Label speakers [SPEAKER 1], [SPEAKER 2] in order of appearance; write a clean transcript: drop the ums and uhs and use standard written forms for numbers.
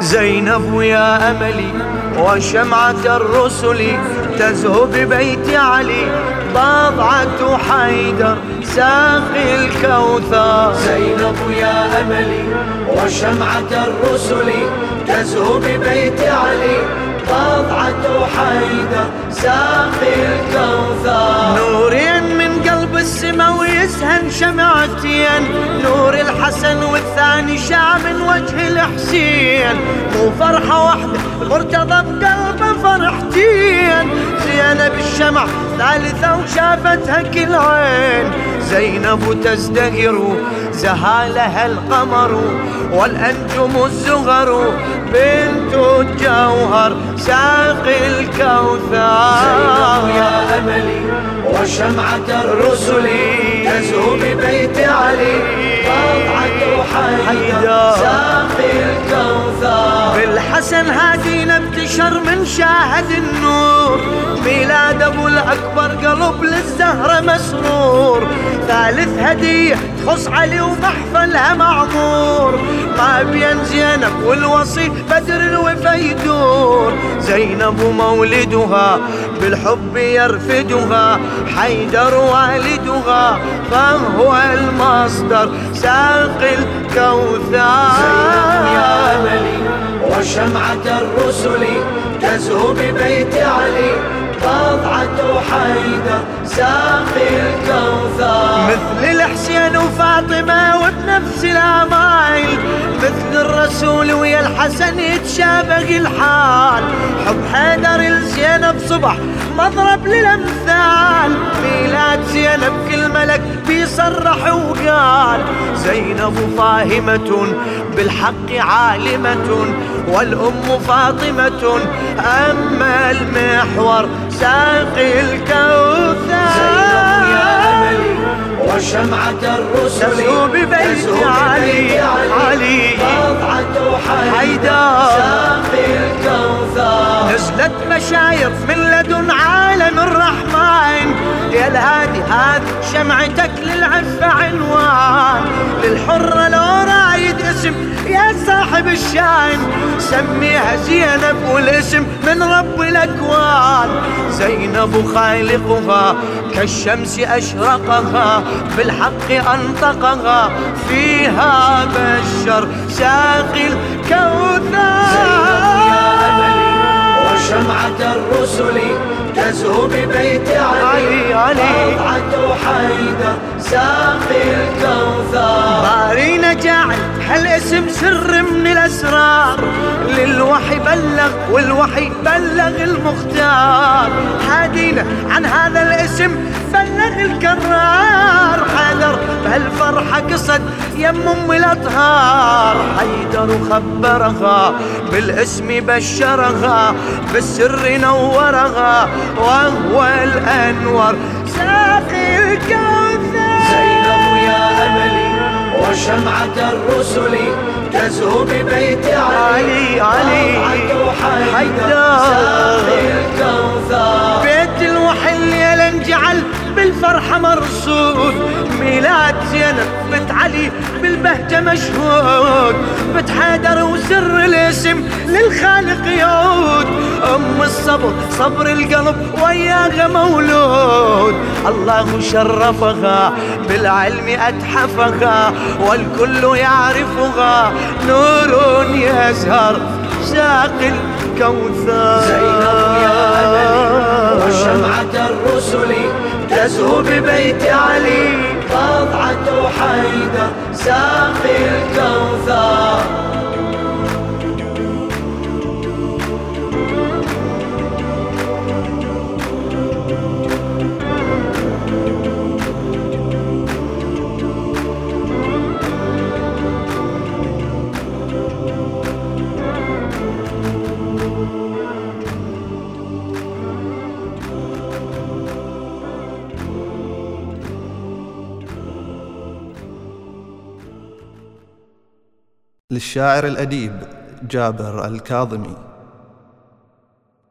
[SPEAKER 1] زينب يا أملي وشمعة الرسل تزهو ببيت علي، بضعة حيدر ساقي الكوثر.
[SPEAKER 2] زينب يا أملي وشمعة الرسل تزهو ببيت علي، بضعة حيدر ساقي الكوثر.
[SPEAKER 1] نورين من قلب السما ويسهن شمعتين، نور الحسن والثاني شع من وجه الحسين. مو فرحة واحدة مرتضى بقلبه فرحتين، زينب الشمع ثالثة وشافتها كل عين. زينب تزدهر زهالها القمر والأنجم الزغر، بنت الجوهر ساقي الكوثر.
[SPEAKER 2] زينب يا أملي وشمعة الرسل تزهو ببيت علي، بضعة حيدر ساقي الكوثر.
[SPEAKER 1] بالحسن هادينا ابتشر من شاهد النور، ميلاد ابو الاكبر قلب للزهرة مسرور. ثالث هدية تخص علي ومحفلها معمور، ما بين زينب والوصي بدر الوفا يدور. زينب مولدها بالحب يرفدها، حيدر والدها فهو المصدر ساقي الكوثر.
[SPEAKER 2] زينب يا أملي وشمعة الرسل تزهو ببيت علي، بضعة حيدر ساقي الكوثر.
[SPEAKER 1] مثل الحسين وفاطمة وبنفس الأمايل، مثل الرسول ويا الحسن يتشابه الحال. حب حيدر لزينب صبح مضرب للأمثال، ميلاد زينب كل ملك بيصرح وقال. زينب فاهمة بالحق عالمة، والأم فاطمة أما المحور ساقي الكوثر.
[SPEAKER 2] زينب يا أملي وشمعة الرسل
[SPEAKER 1] تزهو ببيت علي،
[SPEAKER 2] بضعة
[SPEAKER 1] حيدر
[SPEAKER 2] ساقي الكوثر.
[SPEAKER 1] نزلت مشايف من لدن عالم الرحمن، يا الهادي هذه شمعتك للعفة عنوان. للحرة لو رايد اسم يا صاحب الشان، سميها زينب والاسم من رب الأكوان. زينب خالقها كالشمس أشرقها، بالحق أنطقها فيها بشر ساقي الكوثر.
[SPEAKER 2] زينب يا أملي وشمعة الرسل تزهو ببيت علي، بضعة حيدر ساقي الكوثر.
[SPEAKER 1] بارينا جاعل هالاسم سر من الأسرار، للوحي بلغ والوحي بلغ المختار. هادينا عن هذا الاسم بلغ الكرار، حيدر بهالفرحة قصد يم ام الأطهار. حيدر خبرها بالاسم بشرها، بالسر نورها وهو الأنور ساقي الكوثر.
[SPEAKER 2] زينب يا أملي وشمعة الرسل تزهو ببيت علي، بضعة حيدر ساقي الكوثر.
[SPEAKER 1] بيت الوحي الليلة انجعل بالفرحة مرصود، ميلاد زينب بنت علي بالبهجة مشهود. بنت حيدر وسر الاسم للخالق يعود، أم الصبر صبر القلب وياها مولود. الله شرفها بالعلم أتحفها، والكل يعرفها نور يزهر ساقي الكوثر.
[SPEAKER 2] زينب يا أملي وشمعة الرسل تزهو ببيت علي، بضعة حيدر ساقي الكوثر.
[SPEAKER 3] للشاعر الأديب جابر الكاظمي.